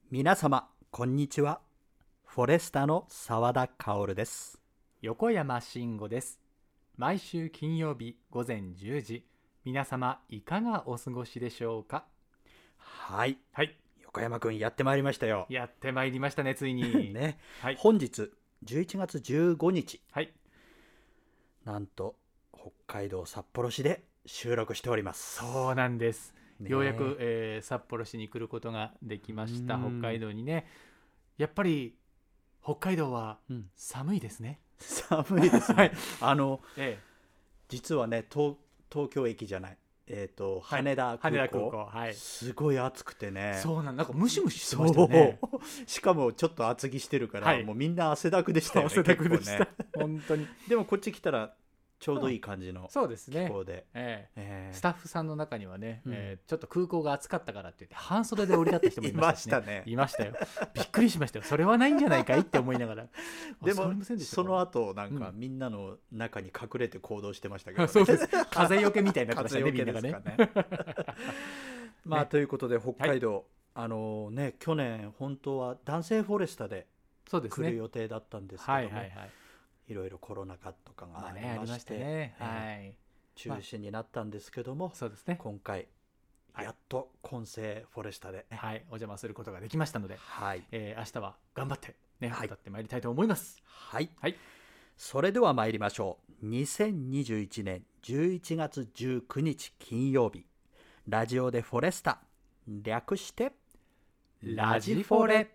皆様こんにちは。フォレスタの澤田薫です。 横山慎吾です。毎週金曜日午前10時、皆様いかがお過ごしでしょうか。 はい、 はい、 横山くんやってまいりましたよ。 やってまいりましたね、ついにね、 はい、 本日11月15日、 はい、 なんと北海道札幌市で収録しております。 そうなんです、 ね、 ようやく、札幌市に来ることができました。北海道にね、やっぱり北海道は寒いですね、 寒いですね実はね、東京駅じゃない、羽田空港、 はい、 すごい暑くてね。 そうなんかムシムシしてましたよね。 しかもちょっと厚着してるから、もうみんな汗だくでしたよね。 汗だくでした、 ね、 本当に。 でもこっち来たらちょうどいい感じの気候で、 スタッフさんの中にはね、ちょっと空港が暑かったからって言って半袖で降り立った人もいましたしね。いましたよ。びっくりしましたよ。それはないんじゃないかいって思いながら。 でもその後なんかみんなの中に隠れて行動してましたけど、 そうです。風よけみたいになってましたね、みんながね。 まあということで北海道、去年本当は男性フォレスタで来る予定だったんですけども、いろいろコロナ禍とかがありまして、中止になったんですけども、今回やっと混成フォレスタで、 お邪魔することができましたので、明日は頑張って歌ってまいりたいと思います。 はい、それでは参りましょう。2021年11月19日金曜日、ラジオでフォレスタ、略してラジフォレ。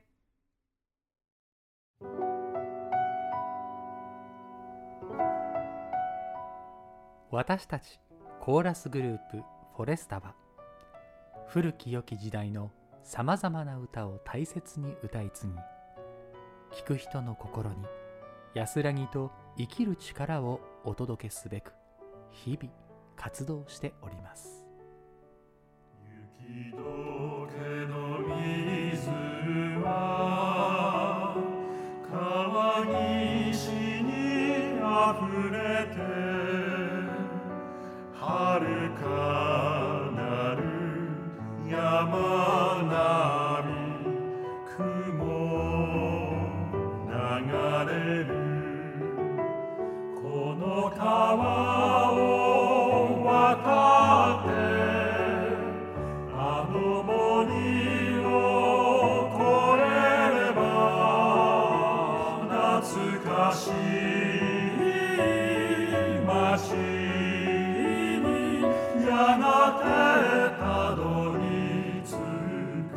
私たちコーラスグループフォレスタは、古き良き時代のさまざまな歌を大切に歌い継ぎ、聴く人の心に安らぎと生きる力をお届けすべく日々活動しております。 雪解けの水は川岸にあふれて、遥かなる山並み雲流れる、この川を渡ってあの森を越えれば懐かしい街にやがてたどり着く。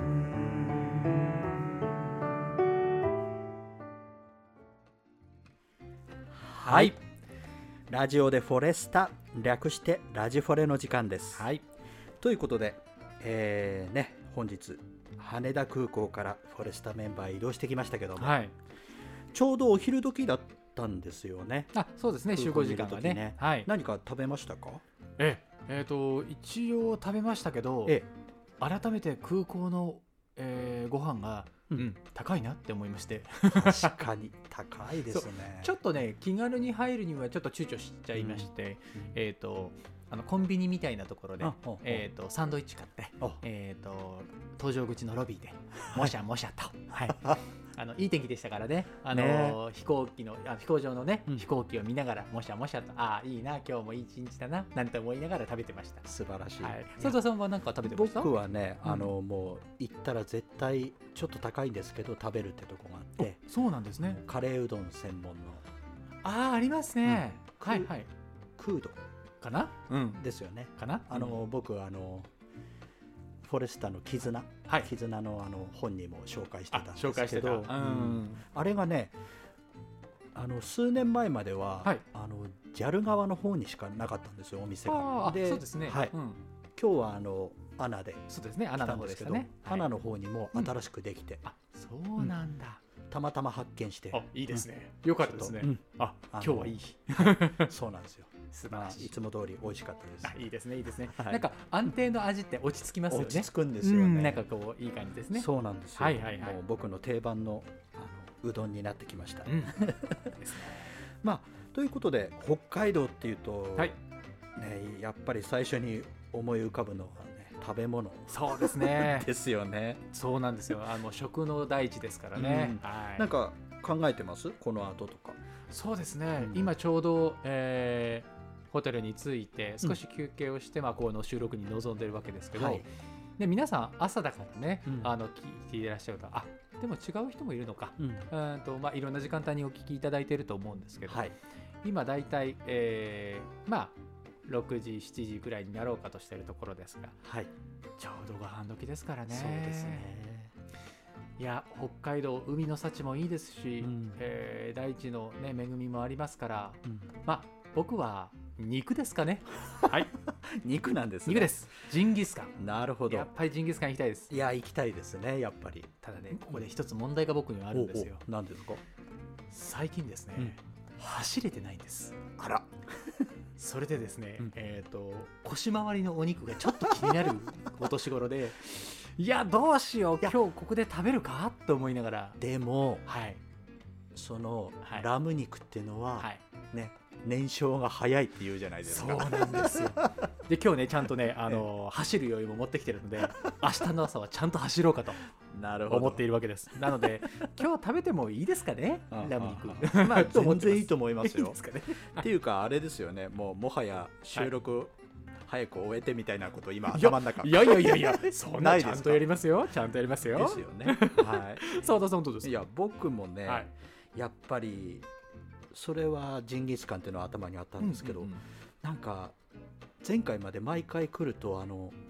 はい、ラジオでフォレスタ、略してラジフォレの時間です。ということで、本日羽田空港からフォレスタメンバー移動してきましたけども、ちょうどお昼時だったんですよね。 そうですね、集合時間がね。 何か食べましたか？ 一応食べましたけど、改めて空港の、ご飯が高いなって思いまして。 確かに高いですね。 ちょっとね、気軽に入るにはちょっと躊躇しちゃいまして、コンビニみたいなところで、サンドイッチ買って、搭乗口のロビーでもしゃもしゃと、いい天気でしたからね、飛行場のね、飛行機を見ながらもしゃもしゃと、いいな、今日もいい一日だななんて思いながら食べてました。 素晴らしい。 佐藤さんは何か食べてました？ 僕はね、もう行ったら絶対ちょっと高いんですけど食べるってとこがあって。 そうなんですね。 カレーうどん専門のありますね。空洞かな、 ですよね。僕フォレスタの絆の本にも紹介してたんですけど、あれがね、数年前まではJAL側の方にしかなかったんですよ、お店が。で、そうですね。今日はアナで来たんですけど、アナの方にも新しくできて、 そうなんだ。 たまたま発見して。 いいですね。よかったですね。今日はいい日。 そうなんですよ。いつも通り美味しかったです。 いいですね、いいですね。なんか安定の味って落ち着きますよね。 落ち着くんですよね。 なんかこういい感じですね。 そうなんですよ。もう僕の定番のうどんになってきました。まあということで、北海道っていうとね、やっぱり最初に思い浮かぶのはね、 食べ物そうですねですよね。 そうなんですよ。食の大地ですからね、 はい、なんか考えてますこの後とか。 そうですね、今ちょうど、ホテルに着いて少し休憩をして、この収録に臨んでるわけですけど、はい、で皆さん朝だからね、聞いていらっしゃると、でも違う人もいるのか、いろんな時間帯にお聞きいただいていると思うんですけど、はい、今だいたい6時7時ぐらいになろうかとしているところですが、はい、ちょうどご飯時ですからね。 そうですね。 いや北海道海の幸もいいですし、大地の、ね、恵みもありますから、僕は肉ですかね。はい。 肉なんですね。 肉です。ジンギスカン。 なるほど。 やっぱりジンギスカン行きたいです。 いや行きたいですねやっぱり。 ただねここで一つ問題が僕にはあるんですよ。 何ですか。 最近ですね、走れてないんです。 あら。 それでですね、腰回りのお肉がちょっと気になるお年頃で、いやどうしよう今日ここで食べるかと思いながら。 でも、 はい、 その、ラム肉っていうのは、ね燃焼が早いって言うじゃないですか。 そうなんですよ。で今日ねちゃんとね走る余裕も持ってきてるので明日の朝はちゃんと走ろうかと思っているわけです。なので今日食べてもいいですかねラム肉。 全然いいと思いますよ。っていうかあれですよね、もはや収録、早く終えてみたいなこと今頭の中。 いやそんなちゃんとやりますよ。ちゃんとやりますよ。 ですよね。はい。 そうだそうです。 いや僕もね、やっぱりそれはジンギスカンっていうのは頭にあったんですけど、なんか前回まで毎回来ると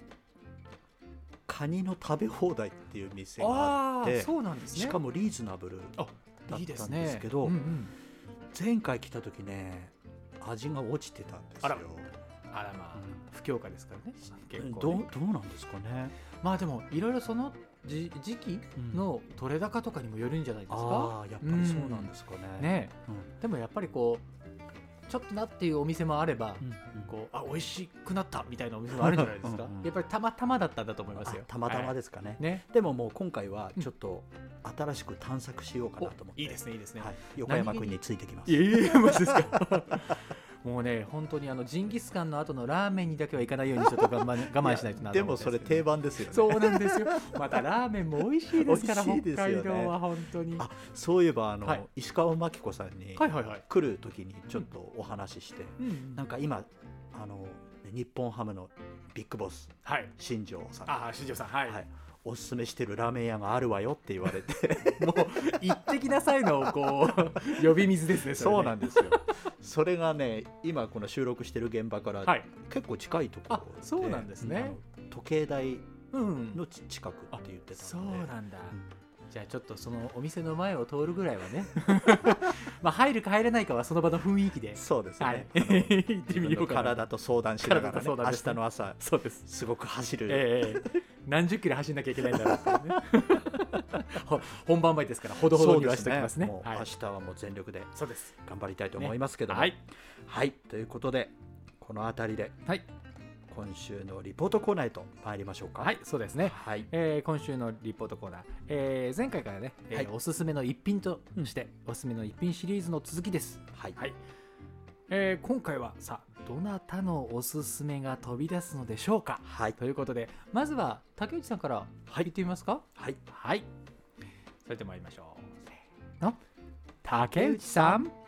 カニの食べ放題っていう店があって、 そうなんですね、 しかもリーズナブルだったんですけど、前回来た時ね味が落ちてたんですよ。 あら不況下ですからね。結構どうなんですかね。 でもいろいろその時期の取れ高とかにもよるんじゃないですか。 やっぱりそうなんですかね。 でもやっぱりこうちょっとなっていうお店もあれば、美味しくなったみたいなお店もあるんじゃないですか。やっぱりたまたまだったんだと思いますよ。 たまたまですかね。でももう今回はちょっと新しく探索しようかなと思って。 いいですねいいですね。 横山君についてきます。 マジですか。もうね本当にジンギスカンの後のラーメンにだけは行かないようにちょっと我慢しないとなと思って。 でもそれ定番ですよね。 そうなんですよ。またラーメンも美味しいですから北海道は本当に。 そういえば石川真紀子さんに来る時にちょっとお話しして、なんか今日本ハムのビッグボス、新庄さん、 新庄さん、 おすすめしてるラーメン屋があるわよって言われてもう行ってきなさいのこう呼び水ですね。 そうなんですよ。それがね今この収録してる現場から結構近いところで、 そうなんですね。 時計台の近くって言ってたので、 そうなんだ。じゃあちょっとそのお店の前を通るぐらいはね入るか入れないかはその場の雰囲気で。 そうですね。 行ってみようかな。 体と相談しながらね、明日の朝すごく走る、 何十キロ走んなきゃいけないんだろうっていうね本番前ですからほどほどにはしておきますね。 もう明日はもう全力で頑張りたいと思いますけども、ということでこの辺りで今週のリポートコーナーへと参りましょうか。 そうですね。今週のリポートコーナー、前回からね、おすすめの一品として、おすすめの一品シリーズの続きです。今回はさあどなたのおすすめが飛び出すのでしょうか。ということでまずは竹内さんから言ってみますか。それで参りましょう。せーの、竹内さん。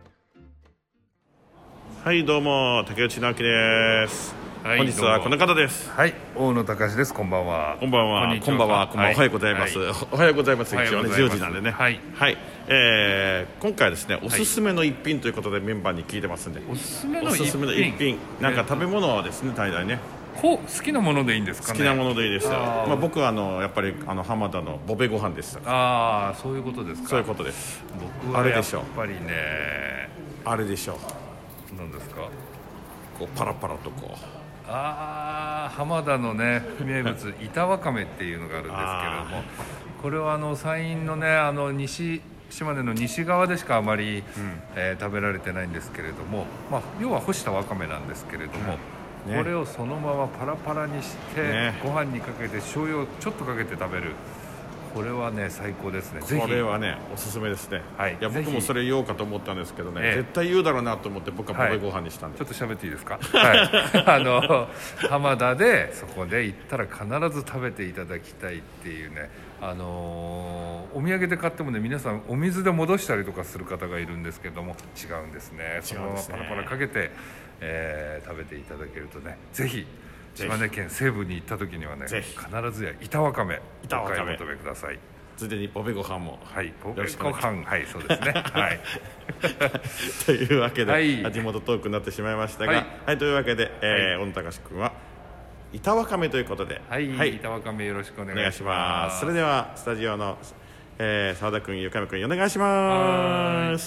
どうも竹内直樹です。本日はこの方です。 大野隆です。こんばんは。 こんばんは。こんばんは。おはようございます。おはようございます。一応ね10時なんでね。今回ですねおすすめの一品ということでメンバーに聞いてますんで。 おすすめの一品。 なんか食べ物ですね大体ね。 好きなものでいいんですかね。 好きなものでいいですよ。僕はやっぱり浜田のボベご飯でした。 そういうことですか。 そういうことです。 僕はやっぱりねあれでしょう。 何ですか。 こうパラパラとこう。 浜田のね名物板わかめっていうのがあるんですけれども、これは山陰のね島根の西側でしかあまり、食べられてないんですけれども、要は干したわかめなんですけれども、これをそのままパラパラにして、ご飯にかけて醤油をちょっとかけて食べる、 これはね最高ですね。ぜひこれはねおすすめですね。いや僕もそれ言おうかと思ったんですけどね、絶対言うだろうなと思って僕はパフェご飯にしたんで、 ちょっと喋っていいですか。はい、浜田でそこで行ったら必ず食べていただきたいっていうね、お土産で買ってもね皆さんお水で戻したりとかする方がいるんですけども、違うんですね。そのままパラパラかけて、食べていただけるとね、ぜひ島根県西部に行った時にはね必ずや板わかめお買い求めください。 ついでにポペご飯も、 はい、ポペご飯、はい、そうですね。はい。 というわけで、地元トークになってしまいましたが、はい、というわけで、小野隆君は板わかめということで、 はい、板わかめよろしくお願いします。 それではスタジオの澤田君、横山君お願いします。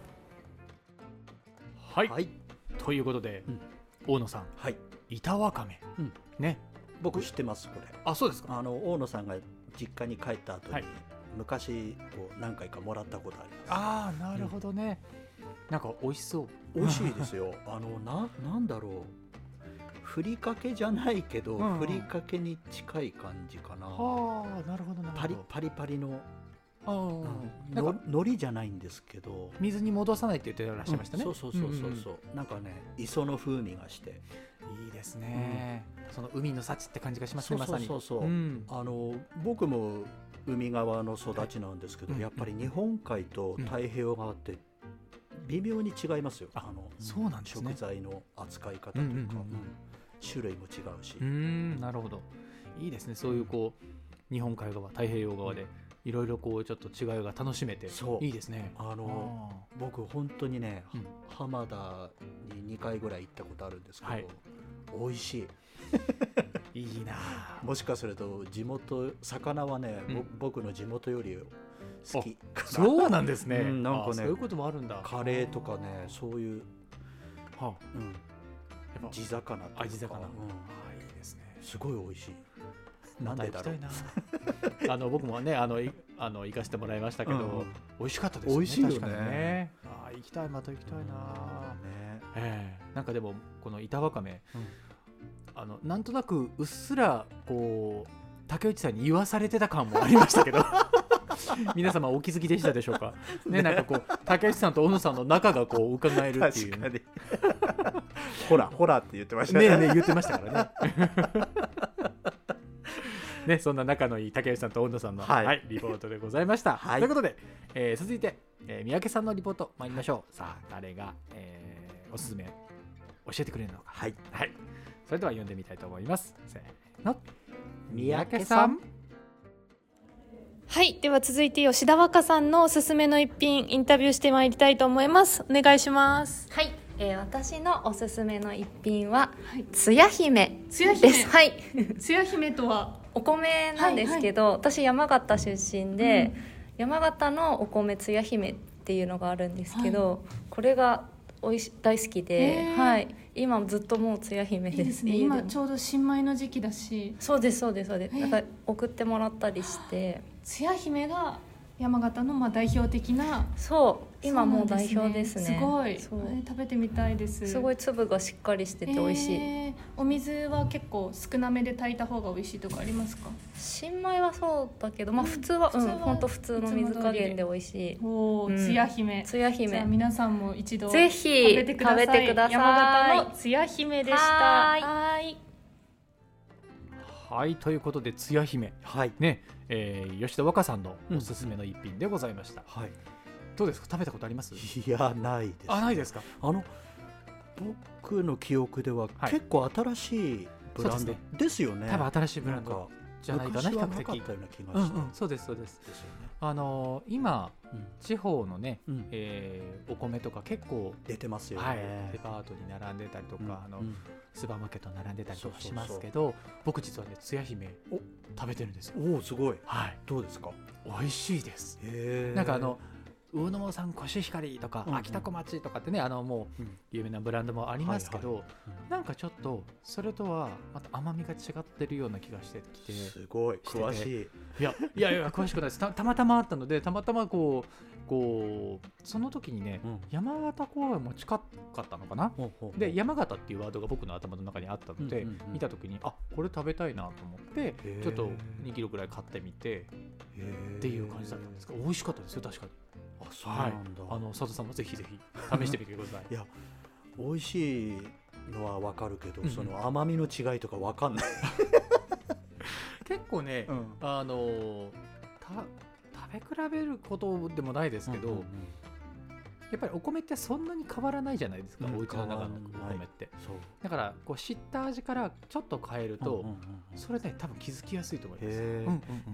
はい。ということで、大野さん、板わかめ、ね、 僕知ってますこれ。 あ、そうですか。 大野さんが実家に帰った後に、昔こう何回かもらったことあります。 ああ、なるほどね。なんか美味しそう。 美味しいですよ。なんだろう。ふりかけじゃないけど、ふりかけに近い感じかな。 はあ、なるほどなるほど。 パリパリの。 海苔じゃないんですけど、 水に戻さないって言ってらっしゃいましたね。 そう。なんかね、磯の風味がしていいですね。その海の幸って感じがしますね。まさに。 そう。僕も海側の育ちなんですけど、やっぱり日本海と太平洋側って微妙に違いますよ。 そうなんですね。 食材の扱い方とか種類も違うし。 なるほど。いいですね。そういうこう日本海側、太平洋側でいろいろこうちょっと違いが楽しめていいですね。 僕本当にね、浜田に2回ぐらい行ったことあるんですけど、美味しい。 いいな。 もしかすると魚はね、僕の地元より好き。 そうなんですね。 なんかね、 そういうこともあるんだ。 カレーとかね、そういう地魚とか。 地魚。いいですね。 すごい美味しい。なんでだろう。僕もね行かせてもらいましたけど、美味しかったですね。 美味しいよね。 行きたい、また行きたいな。なんかでもこの板わかめ、なんとなくうっすらこう竹内さんに言わされてた感もありましたけど皆様お気づきでしたでしょうかね。なんかこう竹内さんと小野さんの仲がこう伺えるっていう、ね、 ほらって言ってましたね。言ってましたからねね、そんな仲のいい竹内さんと小野さんの、リポートでございました。ということで、続いて、三宅さんのリポート参りましょう。さあ誰が、おすすめ教えてくれるのか。それでは読んでみたいと思います。せーの、三宅さん。 はい、では続いて吉田若さんのおすすめの一品インタビューしてまいりたいと思います。お願いします。 はい、私のおすすめの一品は、つや姫です。はい、 つや姫とはお米なんですけど、私山形出身で、山形のお米つや姫っていうのがあるんですけど、これが大好きで、今ずっともうつや姫です。 いいですね。今ちょうど新米の時期だし。 そうです。なんか送ってもらったりして、 つや姫が山形の代表的な。 今もう代表ですね。 すごい。食べてみたいです。 すごい粒がしっかりしてて美味しい。 お水は結構少なめで炊いた方が美味しいとかありますか？ 新米はそうだけど、普通は本当普通の水加減で美味しい。 つや姫。 つや姫。 じゃあ皆さんも一度ぜひ食べてください。山形のつや姫でした。 はい、ということでつや姫、ね、吉田若さんのおすすめの一品でございました。どうですか？食べたことあります？ いや、ないです。 ないですか？ 僕の記憶では結構新しいブランドですよね。 多分新しいブランドじゃないかな、比較的。そうです。今地方のね、お米とか結構出てますよね。 デパートに並んでたりとか、スーパーマーケットに並んでたりとかしますけど、僕実はねつや姫を食べてるんですよ。 すごい。どうですか？ 美味しいです。なんか魚沼産コシヒカリとか、秋田小町とかってねもう有名なブランドもありますけど、なんかちょっとそれとはまた甘みが違ってるような気がしてきて、 すごい詳しい。 いや詳しくないです。たまたまあったので、たまたまこうその時にね、山形公園も近かったのかな。で山形っていうワードが僕の頭の中にあったので、見た時にこれ食べたいなと思ってちょっと2キロぐらい買ってみてっていう感じだったんですが、美味しかったですよ確かに。 そうなんだ。 佐藤さんもぜひぜひ試してみてください。 いや美味しいのは分かるけど、その甘みの違いとか分かんない結構ね、食べ比べることでもないですけど、やっぱりお米ってそんなに変わらないじゃないですか、お家の中のお米って。だから知った味からちょっと変えると、それね多分気づきやすいと思います。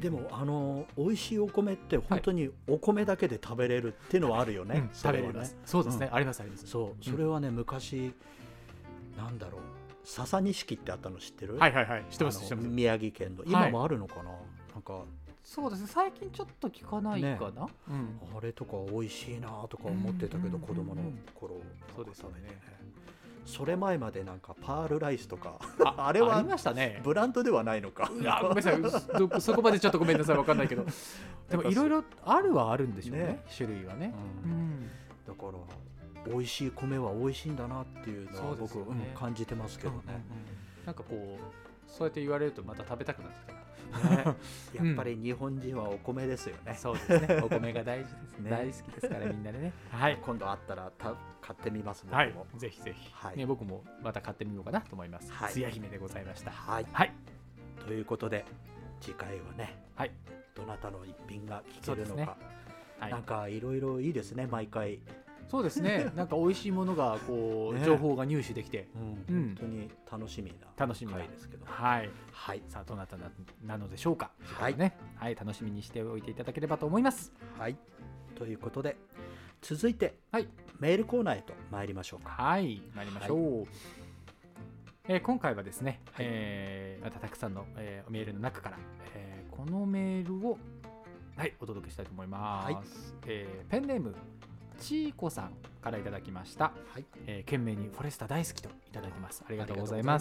でも美味しいお米って本当にお米だけで食べれるっていうのはあるよね。 食べれます。そうですね、ありますあります。 それはね昔なんだろう、笹錦ってあったの知ってる？ はい知ってます。 宮城県の今もあるのかな。なんかそうですね、最近ちょっと聞かないかな。 あれとか美味しいなとか思ってたけど、子供の頃。 そうですね。 それ前までなんかパールライスとかあれはありましたね。 ブランドではないのか。 ごめんなさい、そこまでちょっとごめんなさい、分かんないけどでもいろいろあるはあるんでしょうね、種類はね。 だから美味しい米は美味しいんだなっていうのは僕感じてますけどね。 なんかそうやって言われるとまた食べたくなってきた。 やっぱり日本人はお米ですよね。 そうですね、お米が大事ですね。大好きですからみんなでね。 今度あったら買ってみます。 僕もぜひぜひ。僕もまた買ってみようかなと思います。つや姫でございました。 ということで次回はね、どなたの一品が聞けるのか、なんかいろいろいいですね、毎回。 そうですね、なんか美味しいものが情報が入手できて、 本当に楽しみな回ですけど。 さあどなたなのでしょうか。楽しみにしておいていただければと思います。 ということで続いてメールコーナーへと参りましょうか。 参りましょう。今回はですね、またたくさんのメールの中からこのメールをお届けしたいと思います。ペンネームちーこさんからいただきました。懸命にフォレスタ大好きといただいてます。ありがとうございます。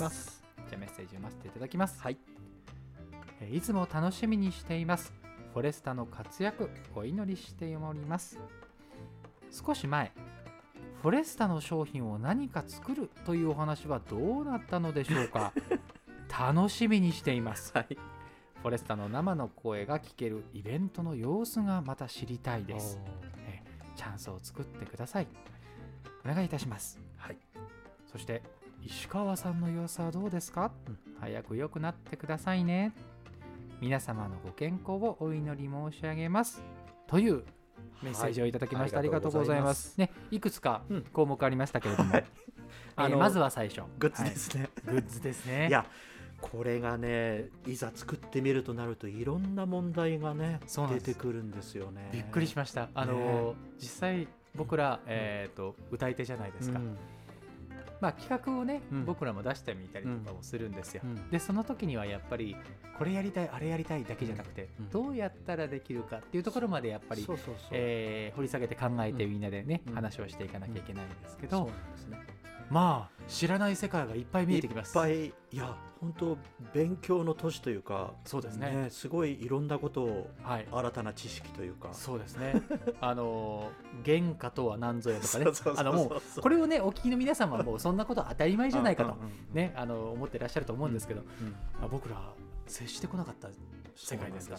じゃあメッセージ読ませていただきます。いつも楽しみにしています。フォレスタの活躍お祈りしております。少し前フォレスタの商品を何か作るというお話はどうなったのでしょうか。楽しみにしています。フォレスタの生の声が聞けるイベントの様子がまた知りたいです。チャンスを作ってください。お願いいたします。そして石川さんの様子はどうですか？早く良くなってくださいね。皆様のご健康をお祈り申し上げます。というメッセージをいただきました。ありがとうございます。いくつか項目ありましたけれども、まずは最初グッズですね。 グッズですね。 いやこれがね、いざ作ってみるとなるといろんな問題がね出てくるんですよね。 びっくりしました。実際僕ら、歌い手じゃないですか。企画をね、僕らも出してみたりとかもするんですよ。でその時にはやっぱりこれやりたいあれやりたいだけじゃなくて、どうやったらできるかっていうところまでやっぱり掘り下げて考えてみんなでね、話をしていかなきゃいけないんですけど、知らない世界がいっぱい見えてきます。 いっぱい、いや本当勉強の年というか、 そうですね。 すごいいろんなことを、新たな知識というか、 そうですね。原価とは何ぞやとかね、もうこれをねお聞きの皆様はもうそんなこと当たり前じゃないかとね思ってらっしゃると思うんですけど、僕ら接してこなかった世界ですから、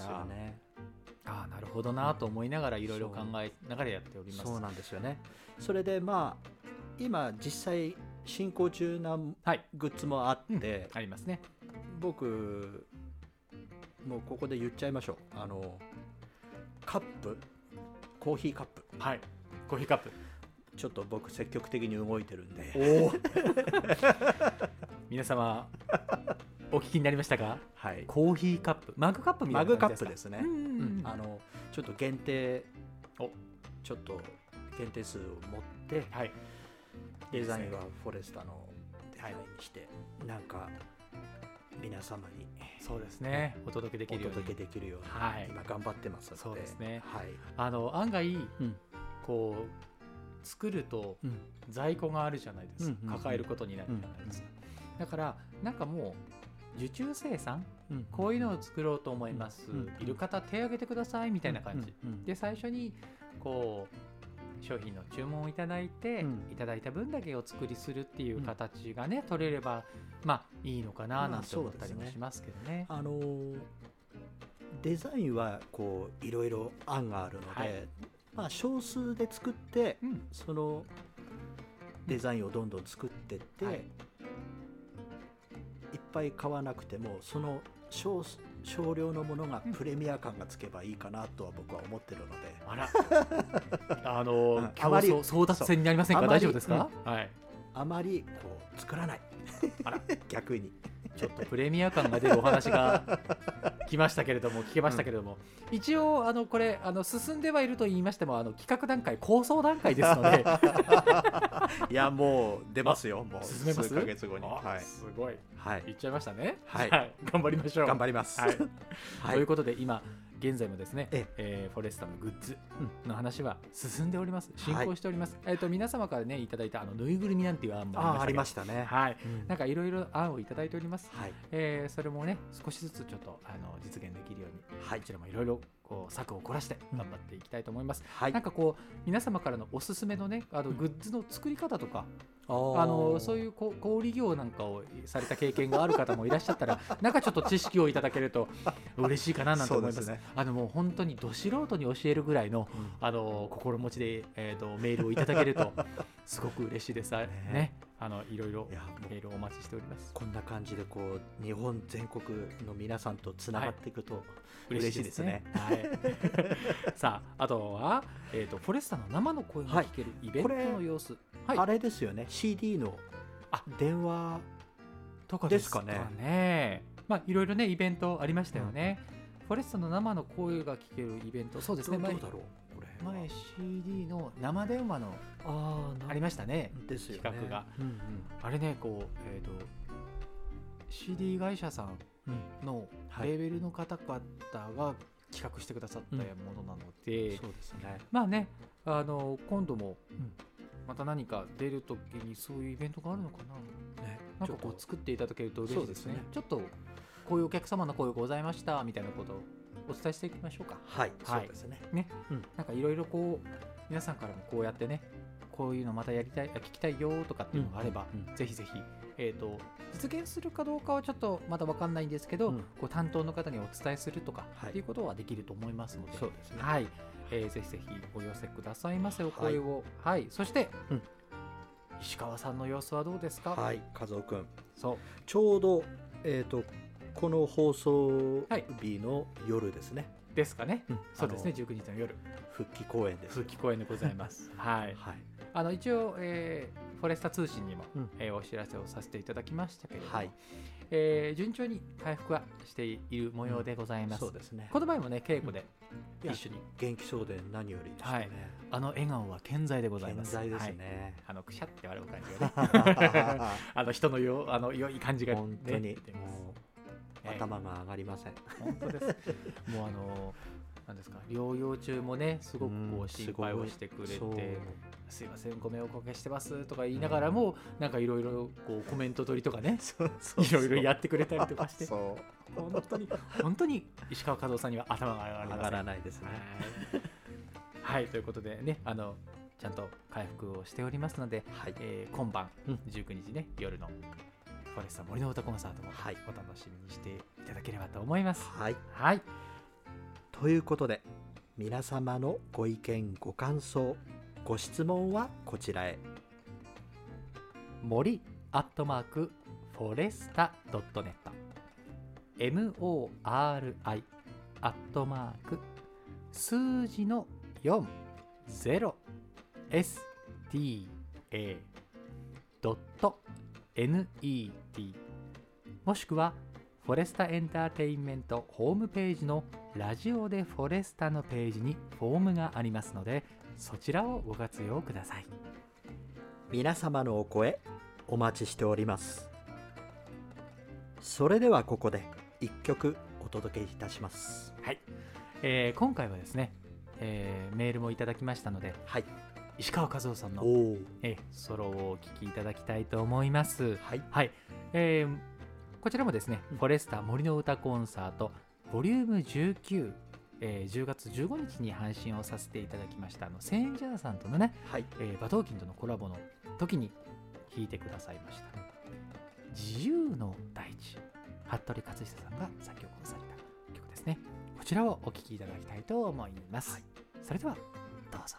なるほどなと思いながらいろいろ考えながらやっております。 そうなんですよね。それで今実際進行中なグッズもあって、 ありますね。 僕もうここで言っちゃいましょう。カップ、コーヒーカップ、 コーヒーカップちょっと僕積極的に動いてるんで、 皆様お聞きになりましたか？コーヒーカップ、マグカップみたいな感じですか？ マグカップですね。ちょっと限定数を持って、デザインはフォレスタのデザインにして、なんか皆様にそうですね、お届けできるように今頑張ってますので。 そうですね。案外こう作ると在庫があるじゃないですか、抱えることになるじゃないですか、だからなんかもう受注生産、こういうのを作ろうと思います、いる方手挙げてくださいみたいな感じ、で最初にこう商品の注文をいただいて、いただいた分だけお作りするっていう形がね、取れればまあいいのかななんて思ったりもしますけどね。 デザインはこういろいろ案があるので、まあ、少数で作って、そのデザインをどんどん作ってって、いっぱい買わなくてもその少量のものがプレミア感がつけばいいかなとは僕は思ってるので、 あら競争争奪戦になりませんか？大丈夫ですか？ あまりこう作らない逆にちょっとプレミア感が出るお話が聞けましたけれども、一応これ進んではいると言いましても企画段階構想段階ですのでいやもう出ますよ、もう進めます数ヶ月後に、 すごい、言っちゃいましたね。 頑張りましょう。頑張ります、 ということで今現在もですね、フォレスタのグッズの話は進んでおります。進行しております。皆様からねいただいたぬいぐるみなんていう案もありましたね。 なんかいろいろ案をいただいております。それもね少しずつちょっと実現できるように、こちらもいろいろこう策を凝らして頑張っていきたいと思います。なんかこう皆様からのおすすめのねグッズの作り方とか、そういう小売業なんかをされた経験がある方もいらっしゃったらなんかちょっと知識をいただけると嬉しいかななんて思います。もう本当にど素人に教えるぐらいの、心持ちで、メールをいただけるとすごく嬉しいです。いろいろメールをお待ちしております。 こんな感じでこう日本全国の皆さんとつながっていくと嬉しいですね。 さあ、あとは、フォレスタの生の声が聞けるイベントの様子、 あれですよね、 CD の電話とかですかね。まあいろいろねイベントありましたよね。フォレスタの生の声が聞けるイベント、そうですね。 どうだろう、これ前 CD の生電話のありましたね、 ですよね、 企画が、あれねこう、CD 会社さんのレーベルの方々が企画してくださったものなので、 そうですね。 まあね今度もまた何か出るときにそういうイベントがあるのかな、なんかこう作っていただけると嬉しいですね。ちょっとこういうお客様の声がございましたみたいなことをお伝えしていきましょうか。 そうですね。 なんかいろいろこう皆さんからもこうやってねこういうのまたやりたい聞きたいよとかっていうのがあれば、ぜひぜひ実現するかどうかはちょっとまだ分かんないんですけど、こう担当の方にお伝えするとかっていうことはできると思いますので、 そうですね。 ぜひぜひお寄せくださいませ、お声を。そして、石川さんの様子はどうですか？ 和夫君、ちょうどこの放送日の夜ですね。 ですかね。そうですね。19日の夜。 復帰公演です。 復帰公演でございます。一応、フォレスタ通信にも、お知らせをさせていただきましたけれども、順調に回復はしている模様でございます。 そうですね。 この前もね稽古で一緒に元気そうで何よりでしたね。 笑顔は健在でございます。 健在ですね。 くしゃって笑う感じがね人の良い感じが本当に頭が上がりません。 本当です。もうなんですか、療養中もねすごくこう心配をしてくれて、すいませんご迷惑おかけしてますとか言いながらも、なんかいろいろこうコメント取りとかねいろいろやってくれたりとかして、本当に石川和夫さんには頭が上がらないですね。ということでねちゃんと回復をしておりますので、今晩19日ね夜のフォレスタ森の歌コンサートもお楽しみにしていただければと思います。 ということで皆様のご意見ご感想ご質問はこちらへ。 森@foresta.net MORI@ 数字の4 0 STA.net もしくはフォレスタエンターテインメントホームページのラジオでフォレスタのページにフォームがありますので、そちらをご活用ください。 皆様のお声お待ちしております。それではここで1曲お届けいたします。 今回はですねメールもいただきましたので、 はい、 石川和夫さんのソロをお聴きいただきたいと思います。はい、はい、こちらもですね、フォレスター森の歌コンサートボリューム19、10月15日に配信をさせていただきましたセンジャーさんとのね、はい、馬頭琴とのコラボの時に弾いてくださいました自由の大地、服部克久さんが作曲をされた曲ですね。こちらをお聴きいただきたいと思います。はい、それではどうぞ。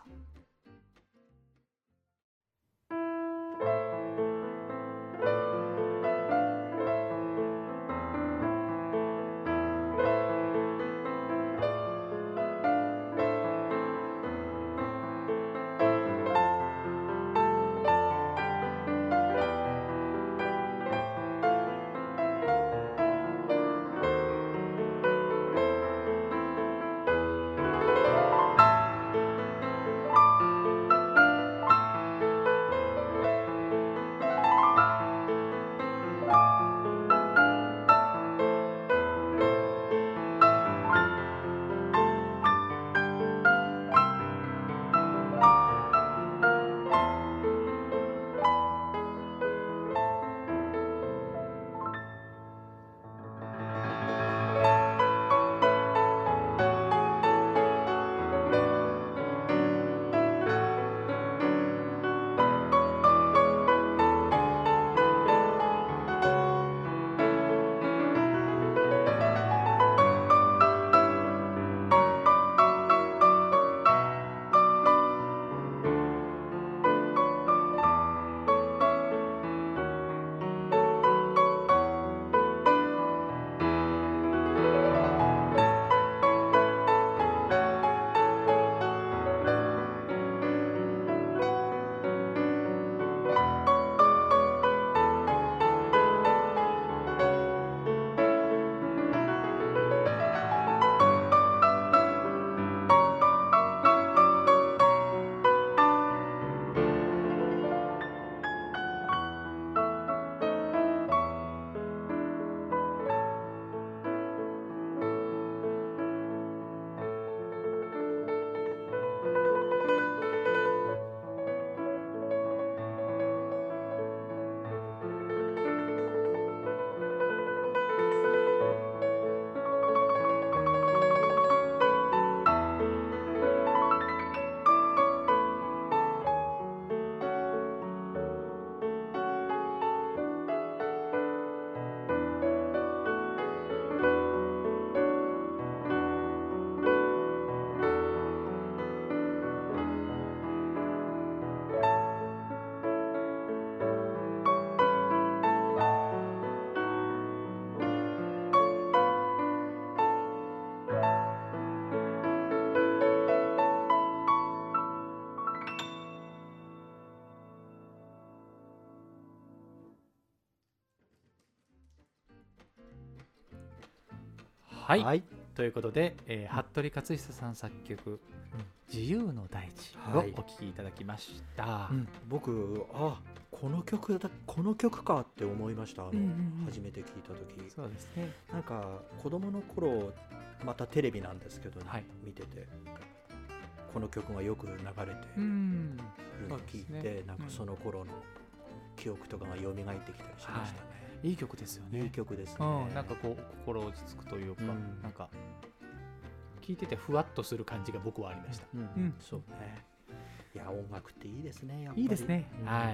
はい、はい、ということで、服部克久さん作曲「自由の大地」をお聴きいただきました。はい僕この曲かって思いました。初めて聞いた時。 そうですね。 なんか子供の頃またテレビなんですけど、ね、見ててこの曲がよく流れて聞いて、なんかその頃の記憶とかが蘇ってきたりしましたね。 いい曲ですよね。 いい曲ですね。 なんかこう心落ち着くというか、なんか聴いててふわっとする感じが僕はありました。 そうね。いや音楽っていいですね。やっぱりいいですね。はい 。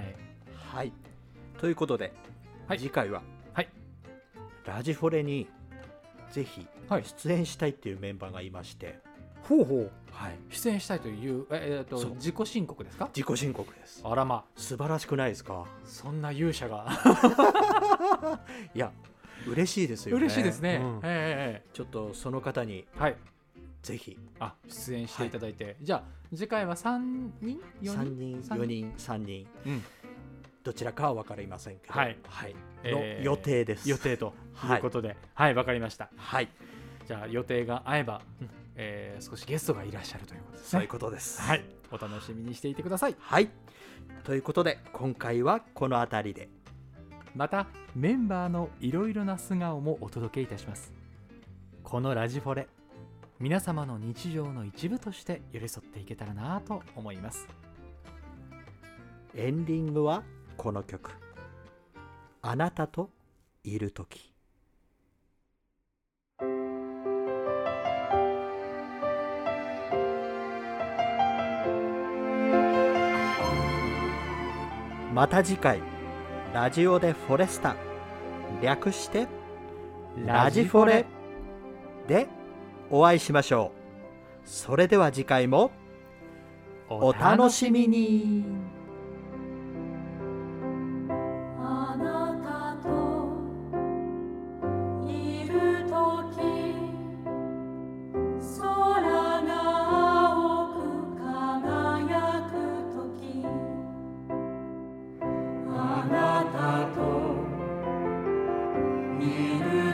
ということで、次回はラジフォレにぜひ出演したいっていうメンバーがいまして。 出演したいという自己申告ですか？ 自己申告です。 あらま、 素晴らしくないですか？ そんな勇者がいや嬉しいですよね。 嬉しいですね。 ちょっとその方にぜひ出演していただいて、じゃあ次回は3人 4人どちらかは分かりませんけど、の予定です。 予定ということで、分かりました。じゃあ予定が合えば少しゲストがいらっしゃるということですね。 そういうことです。 お楽しみにしていてください。 ということで今回はこの辺りで、 またメンバーのいろいろな素顔もお届けいたします。このラジフォレ、 皆様の日常の一部として寄り添っていけたらなと思います。 エンディングはこの曲、あなたといるとき。また次回、ラジオでフォレスタ、略してラジフォレでお会いしましょう。それでは次回もお楽しみに。 いる